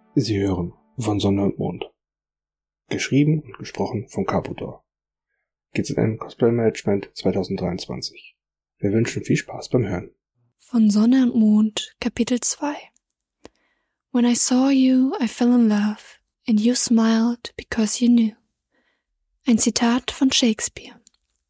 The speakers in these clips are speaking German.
Sie hören von Sonne und Mond. Geschrieben und gesprochen von Caputor. GZM Cosplay Management 2023. Wir wünschen viel Spaß beim Hören. Von Sonne und Mond, Kapitel 2. When I saw you, I fell in love, and you smiled because you knew. Ein Zitat von Shakespeare.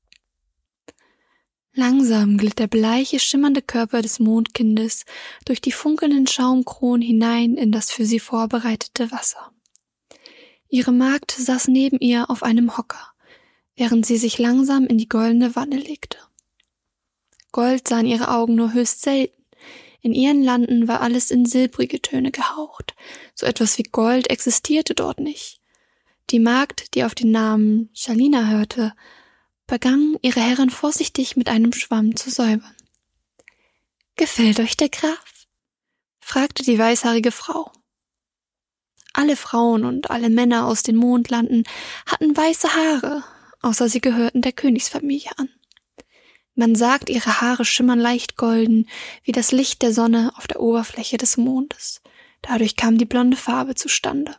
Langsam glitt der bleiche, schimmernde Körper des Mondkindes durch die funkelnden Schaumkronen hinein in das für sie vorbereitete Wasser. Ihre Magd saß neben ihr auf einem Hocker, während sie sich langsam in die goldene Wanne legte. Gold sahen ihre Augen nur höchst selten. In ihren Landen war alles in silbrige Töne gehaucht. So etwas wie Gold existierte dort nicht. Die Magd, die auf den Namen Shalina hörte, begann ihre Herrin vorsichtig mit einem Schwamm zu säubern. »Gefällt euch der Graf?« fragte die weißhaarige Frau. Alle Frauen und alle Männer aus den Mondlanden hatten weiße Haare, außer sie gehörten der Königsfamilie an. Man sagt, ihre Haare schimmern leicht golden, wie das Licht der Sonne auf der Oberfläche des Mondes. Dadurch kam die blonde Farbe zustande.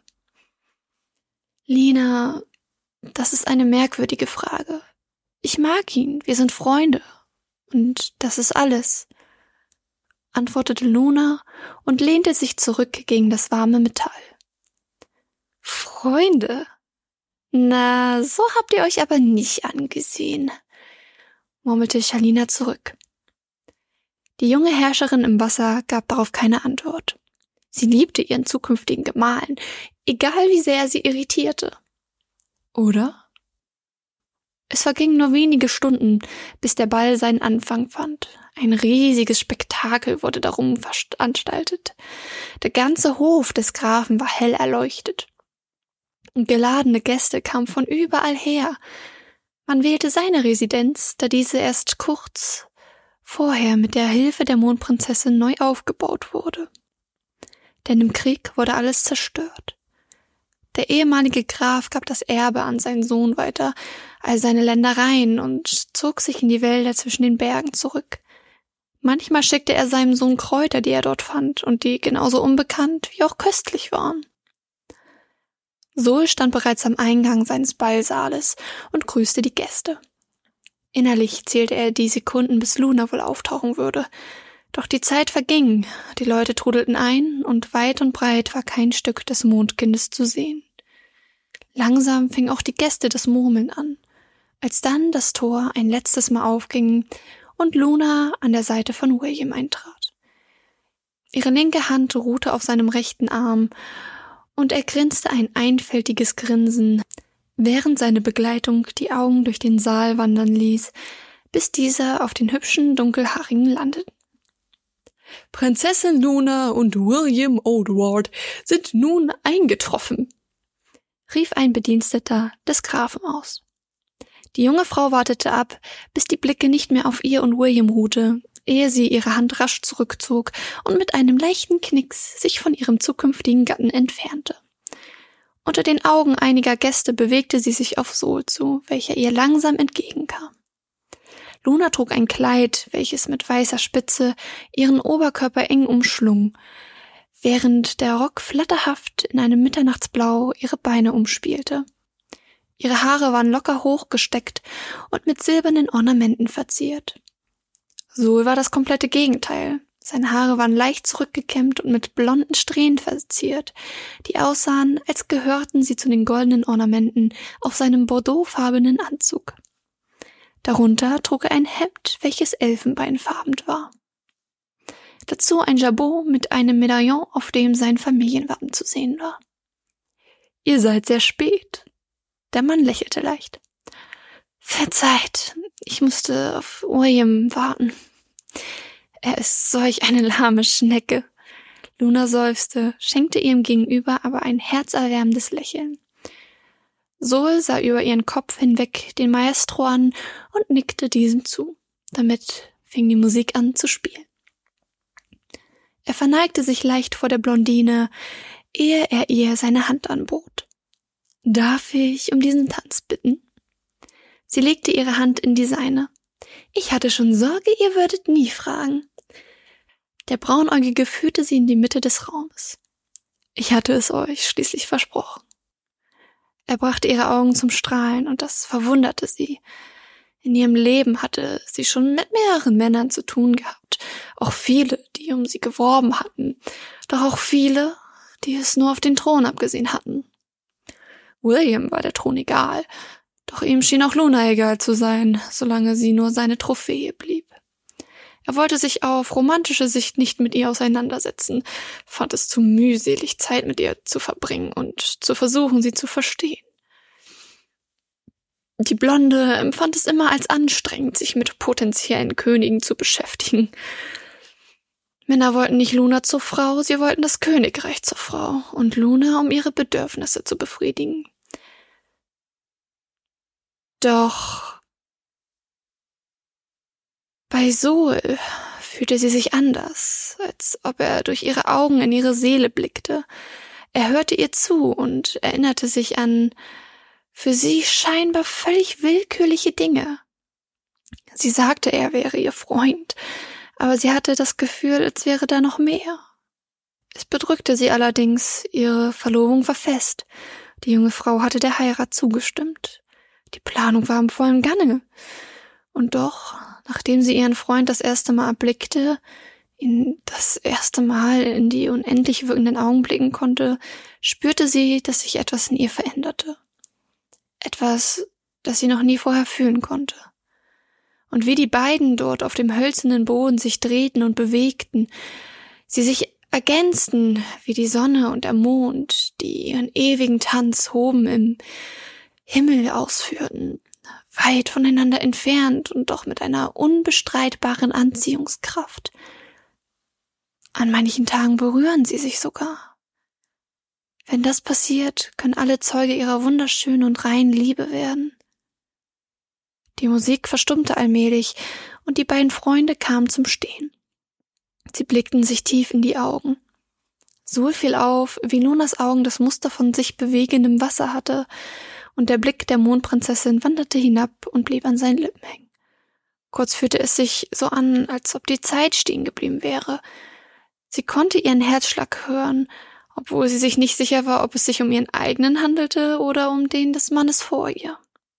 »Lina, das ist eine merkwürdige Frage. Ich mag ihn, wir sind Freunde. Und das ist alles«, antwortete Luna und lehnte sich zurück gegen das warme Metall. »Freunde? Na, so habt ihr euch aber nicht angesehen«, murmelte Shalina zurück. Die junge Herrscherin im Wasser gab darauf keine Antwort. Sie liebte ihren zukünftigen Gemahl, egal wie sehr er sie irritierte. Oder? Es vergingen nur wenige Stunden, bis der Ball seinen Anfang fand. Ein riesiges Spektakel wurde darum veranstaltet. Der ganze Hof des Grafen war hell erleuchtet. Geladene Gäste kamen von überall her. Man wählte seine Residenz, da diese erst kurz vorher mit der Hilfe der Mondprinzessin neu aufgebaut wurde. Denn im Krieg wurde alles zerstört. Der ehemalige Graf gab das Erbe an seinen Sohn weiter, all seine Ländereien, und zog sich in die Wälder zwischen den Bergen zurück. Manchmal schickte er seinem Sohn Kräuter, die er dort fand und die genauso unbekannt wie auch köstlich waren. Sol stand bereits am Eingang seines Ballsaales und grüßte die Gäste. Innerlich zählte er die Sekunden, bis Luna wohl auftauchen würde. Doch die Zeit verging, die Leute trudelten ein und weit und breit war kein Stück des Mondkindes zu sehen. Langsam fingen auch die Gäste das Murmeln an, als dann das Tor ein letztes Mal aufging und Luna an der Seite von William eintrat. Ihre linke Hand ruhte auf seinem rechten Arm und er grinste ein einfältiges Grinsen, während seine Begleitung die Augen durch den Saal wandern ließ, bis diese auf den hübschen Dunkelhaarigen landeten. »Prinzessin Luna und William Oldward sind nun eingetroffen«, rief ein Bediensteter des Grafen aus. Die junge Frau wartete ab, bis die Blicke nicht mehr auf ihr und William ruhte, ehe sie ihre Hand rasch zurückzog und mit einem leichten Knicks sich von ihrem zukünftigen Gatten entfernte. Unter den Augen einiger Gäste bewegte sie sich auf Sol zu, welcher ihr langsam entgegenkam. Luna trug ein Kleid, welches mit weißer Spitze ihren Oberkörper eng umschlung, während der Rock flatterhaft in einem Mitternachtsblau ihre Beine umspielte. Ihre Haare waren locker hochgesteckt und mit silbernen Ornamenten verziert. Sol war das komplette Gegenteil. Seine Haare waren leicht zurückgekämmt und mit blonden Strähnen verziert, die aussahen, als gehörten sie zu den goldenen Ornamenten auf seinem bordeauxfarbenen Anzug. Darunter trug er ein Hemd, welches elfenbeinfarben war. Dazu ein Jabot mit einem Medaillon, auf dem sein Familienwappen zu sehen war. »Ihr seid sehr spät.« Der Mann lächelte leicht. »Verzeiht, ich musste auf William warten. Er ist solch eine lahme Schnecke.« Luna seufzte, schenkte ihrem Gegenüber aber ein herzerwärmendes Lächeln. Sol sah über ihren Kopf hinweg den Maestro an und nickte diesem zu. Damit fing die Musik an zu spielen. Er verneigte sich leicht vor der Blondine, ehe er ihr seine Hand anbot. »Darf ich um diesen Tanz bitten?« Sie legte ihre Hand in die seine. »Ich hatte schon Sorge, ihr würdet nie fragen.« Der Braunäugige führte sie in die Mitte des Raumes. Ich hatte es euch schließlich versprochen. Er brachte ihre Augen zum Strahlen und das verwunderte sie. In ihrem Leben hatte sie schon mit mehreren Männern zu tun gehabt, auch viele, die um sie geworben hatten, doch auch viele, die es nur auf den Thron abgesehen hatten. William war der Thron egal, doch ihm schien auch Luna egal zu sein, solange sie nur seine Trophäe blieb. Er wollte sich auf romantische Sicht nicht mit ihr auseinandersetzen, fand es zu mühselig, Zeit mit ihr zu verbringen und zu versuchen, sie zu verstehen. Die Blonde empfand es immer als anstrengend, sich mit potenziellen Königen zu beschäftigen. Männer wollten nicht Luna zur Frau, sie wollten das Königreich zur Frau und Luna, um ihre Bedürfnisse zu befriedigen. Doch bei Sol fühlte sie sich anders, als ob er durch ihre Augen in ihre Seele blickte. Er hörte ihr zu und erinnerte sich an für sie scheinbar völlig willkürliche Dinge. Sie sagte, er wäre ihr Freund, aber sie hatte das Gefühl, als wäre da noch mehr. Es bedrückte sie allerdings, ihre Verlobung war fest. Die junge Frau hatte der Heirat zugestimmt. Die Planung war im vollen Gange. Und doch, nachdem sie ihren Freund das erste Mal erblickte, ihn das erste Mal in die unendlich wirkenden Augen blicken konnte, spürte sie, dass sich etwas in ihr veränderte. Etwas, das sie noch nie vorher fühlen konnte. Und wie die beiden dort auf dem hölzernen Boden sich drehten und bewegten, sie sich ergänzten wie die Sonne und der Mond, die ihren ewigen Tanz oben im Himmel ausführten, weit voneinander entfernt und doch mit einer unbestreitbaren Anziehungskraft. An manchen Tagen berühren sie sich sogar. Wenn das passiert, können alle Zeuge ihrer wunderschönen und reinen Liebe werden. Die Musik verstummte allmählich und die beiden Freunde kamen zum Stehen. Sie blickten sich tief in die Augen. So fiel auf, wie Lunas Augen das Muster von sich bewegendem Wasser hatte, und der Blick der Mondprinzessin wanderte hinab und blieb an seinen Lippen hängen. Kurz fühlte es sich so an, als ob die Zeit stehen geblieben wäre. Sie konnte ihren Herzschlag hören, obwohl sie sich nicht sicher war, ob es sich um ihren eigenen handelte oder um den des Mannes vor ihr.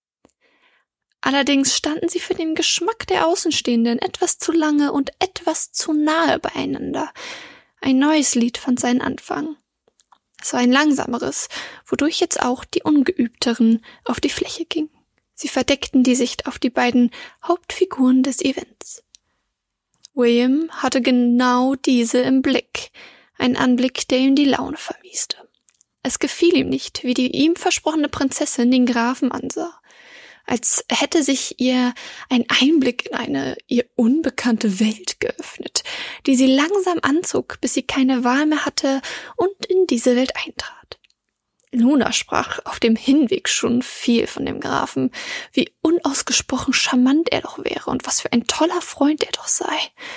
Allerdings standen sie für den Geschmack der Außenstehenden etwas zu lange und etwas zu nahe beieinander. Ein neues Lied fand seinen Anfang. Es war ein langsameres, wodurch jetzt auch die Ungeübteren auf die Fläche gingen. Sie verdeckten die Sicht auf die beiden Hauptfiguren des Events. William hatte genau diese im Blick, ein Anblick, der ihm die Laune vermieste. Es gefiel ihm nicht, wie die ihm versprochene Prinzessin den Grafen ansah, als hätte sich ihr ein Einblick in eine ihr unbekannte Welt geöffnet, die sie langsam anzog, bis sie keine Wahl mehr hatte und in diese Welt eintrat. Luna sprach auf dem Hinweg schon viel von dem Grafen, wie unausgesprochen charmant er doch wäre und was für ein toller Freund er doch sei.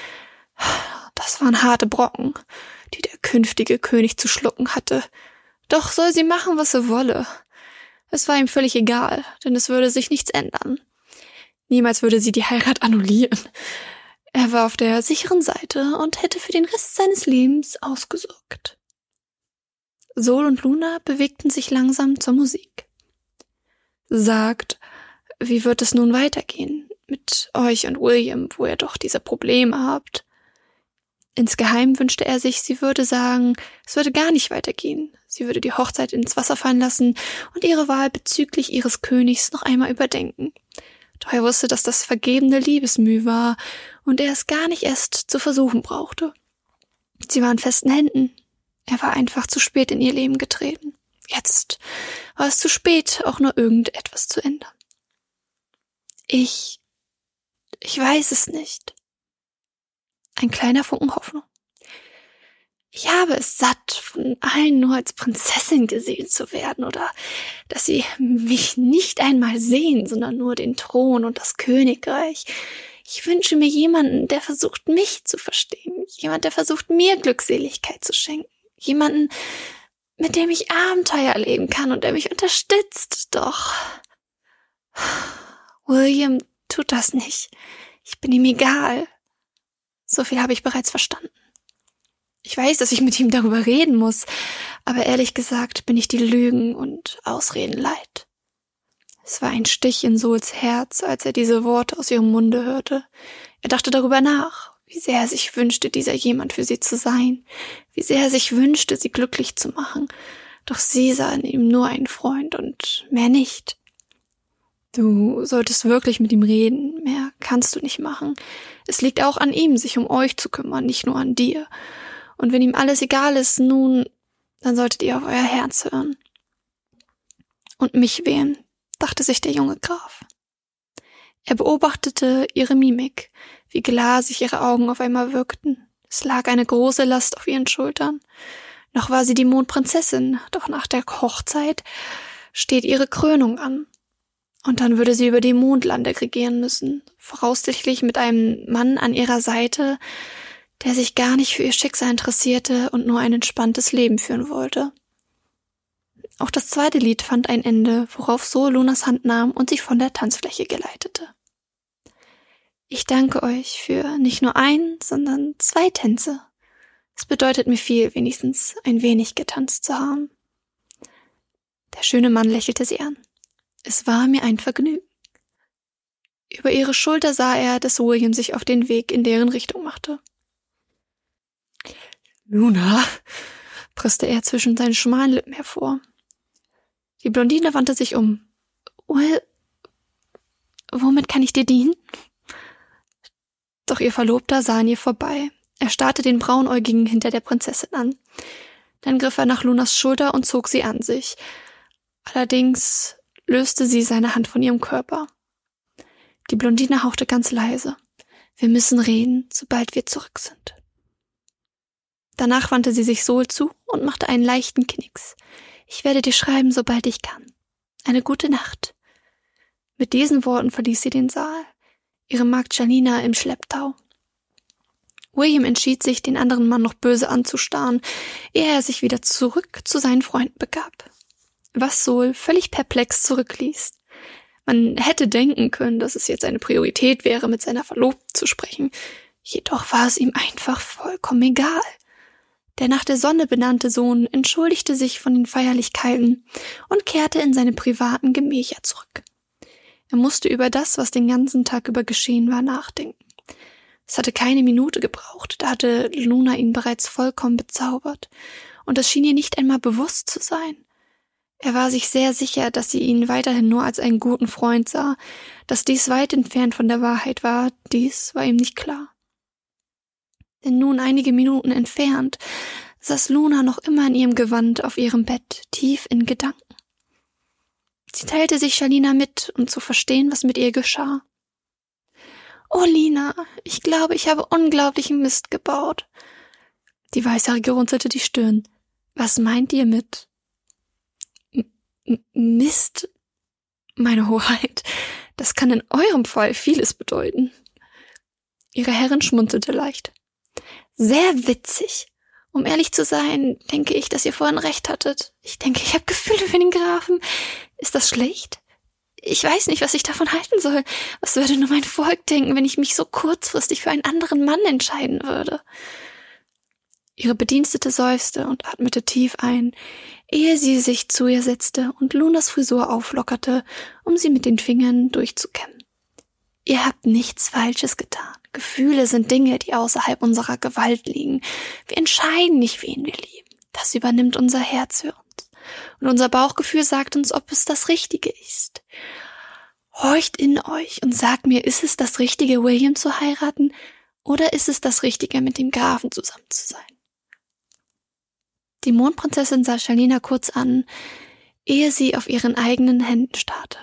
Das waren harte Brocken, die der künftige König zu schlucken hatte. Doch soll sie machen, was sie wolle. Es war ihm völlig egal, denn es würde sich nichts ändern. Niemals würde sie die Heirat annullieren. Er war auf der sicheren Seite und hätte für den Rest seines Lebens ausgesorgt. Sol und Luna bewegten sich langsam zur Musik. Sagt, wie wird es nun weitergehen mit euch und William, wo ihr doch diese Probleme habt? Insgeheim wünschte er sich, sie würde sagen, es würde gar nicht weitergehen. Sie würde die Hochzeit ins Wasser fallen lassen und ihre Wahl bezüglich ihres Königs noch einmal überdenken. Doch er wusste, dass das vergebene Liebesmüh war und er es gar nicht erst zu versuchen brauchte. Sie war in festen Händen. Er war einfach zu spät in ihr Leben getreten. Jetzt war es zu spät, auch nur irgendetwas zu ändern. Ich weiß es nicht. Ein kleiner Funken Hoffnung. Ich habe es satt, von allen nur als Prinzessin gesehen zu werden oder dass sie mich nicht einmal sehen, sondern nur den Thron und das Königreich. Ich wünsche mir jemanden, der versucht, mich zu verstehen. Jemand, der versucht, mir Glückseligkeit zu schenken. Jemanden, mit dem ich Abenteuer erleben kann und der mich unterstützt. Doch William tut das nicht. Ich bin ihm egal. So viel habe ich bereits verstanden. Ich weiß, dass ich mit ihm darüber reden muss, aber ehrlich gesagt bin ich die Lügen und Ausreden leid. Es war ein Stich in Souls Herz, als er diese Worte aus ihrem Munde hörte. Er dachte darüber nach, wie sehr er sich wünschte, dieser jemand für sie zu sein, wie sehr er sich wünschte, sie glücklich zu machen. Doch sie sah in ihm nur einen Freund und mehr nicht. Du solltest wirklich mit ihm reden, mehr kannst du nicht machen. Es liegt auch an ihm, sich um euch zu kümmern, nicht nur an dir. Und wenn ihm alles egal ist, nun, dann solltet ihr auf euer Herz hören. Und mich wählen, dachte sich der junge Graf. Er beobachtete ihre Mimik, wie glasig ihre Augen auf einmal wirkten. Es lag eine große Last auf ihren Schultern. Noch war sie die Mondprinzessin, doch nach der Hochzeit steht ihre Krönung an. Und dann würde sie über die Mondlande regieren müssen, voraussichtlich mit einem Mann an ihrer Seite, der sich gar nicht für ihr Schicksal interessierte und nur ein entspanntes Leben führen wollte. Auch das zweite Lied fand ein Ende, worauf Sol Lunas Hand nahm und sie von der Tanzfläche geleitete. Ich danke euch für nicht nur ein, sondern 2 Tänze. Es bedeutet mir viel, wenigstens ein wenig getanzt zu haben. Der schöne Mann lächelte sie an. Es war mir ein Vergnügen. Über ihre Schulter sah er, dass William sich auf den Weg in deren Richtung machte. Luna, presste er zwischen seinen schmalen Lippen hervor. Die Blondine wandte sich um. Will, womit kann ich dir dienen? Doch ihr Verlobter sah an ihr vorbei. Er starrte den Braunäugigen hinter der Prinzessin an. Dann griff er nach Lunas Schulter und zog sie an sich. Allerdings löste sie seine Hand von ihrem Körper. Die Blondine hauchte ganz leise. Wir müssen reden, sobald wir zurück sind. Danach wandte sie sich Sol zu und machte einen leichten Knicks. Ich werde dir schreiben, sobald ich kann. Eine gute Nacht. Mit diesen Worten verließ sie den Saal, ihre Magd Shalina im Schlepptau. William entschied sich, den anderen Mann noch böse anzustarren, ehe er sich wieder zurück zu seinen Freunden begab. Was Sol völlig perplex zurückließ. Man hätte denken können, dass es jetzt eine Priorität wäre, mit seiner Verlobten zu sprechen. Jedoch war es ihm einfach vollkommen egal. Der nach der Sonne benannte Sohn entschuldigte sich von den Feierlichkeiten und kehrte in seine privaten Gemächer zurück. Er musste über das, was den ganzen Tag über geschehen war, nachdenken. Es hatte keine Minute gebraucht, da hatte Luna ihn bereits vollkommen bezaubert, und es schien ihr nicht einmal bewusst zu sein. Er war sich sehr sicher, dass sie ihn weiterhin nur als einen guten Freund sah. Dass dies weit entfernt von der Wahrheit war, dies war ihm nicht klar. Denn nun einige Minuten entfernt saß Luna noch immer in ihrem Gewand auf ihrem Bett, tief in Gedanken. Sie teilte sich Shalina mit, um zu verstehen, was mit ihr geschah. »Oh, Lina, ich glaube, ich habe unglaublichen Mist gebaut.« Die Weißhaarige runzelte die Stirn. »Was meint ihr mit Mist? Meine Hoheit, das kann in eurem Fall vieles bedeuten.« Ihre Herrin schmunzelte leicht. »Sehr witzig. Um ehrlich zu sein, denke ich, dass ihr vorhin recht hattet. Ich denke, ich habe Gefühle für den Grafen. Ist das schlecht? Ich weiß nicht, was ich davon halten soll. Was würde nur mein Volk denken, wenn ich mich so kurzfristig für einen anderen Mann entscheiden würde?« Ihre Bedienstete seufzte und atmete tief ein, ehe sie sich zu ihr setzte und Lunas Frisur auflockerte, um sie mit den Fingern durchzukämmen. »Ihr habt nichts Falsches getan. Gefühle sind Dinge, die außerhalb unserer Gewalt liegen. Wir entscheiden nicht, wen wir lieben. Das übernimmt unser Herz für uns. Und unser Bauchgefühl sagt uns, ob es das Richtige ist. Horcht in euch und sagt mir, ist es das Richtige, William zu heiraten, oder ist es das Richtige, mit dem Grafen zusammen zu sein?« Die Mondprinzessin sah Shalina kurz an, ehe sie auf ihren eigenen Händen starrte.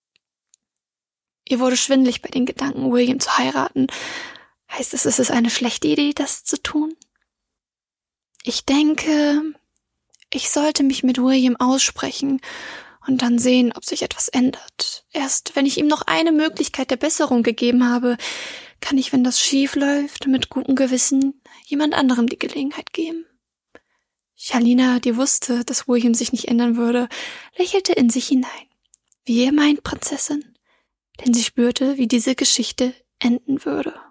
Ihr wurde schwindelig bei den Gedanken, William zu heiraten. Heißt es, ist es eine schlechte Idee, das zu tun? Ich denke, ich sollte mich mit William aussprechen und dann sehen, ob sich etwas ändert. Erst wenn ich ihm noch eine Möglichkeit der Besserung gegeben habe, kann ich, wenn das schief läuft, mit gutem Gewissen jemand anderem die Gelegenheit geben. Shalina, die wusste, dass William sich nicht ändern würde, lächelte in sich hinein. Wie ihr meint, Prinzessin? Denn sie spürte, wie diese Geschichte enden würde.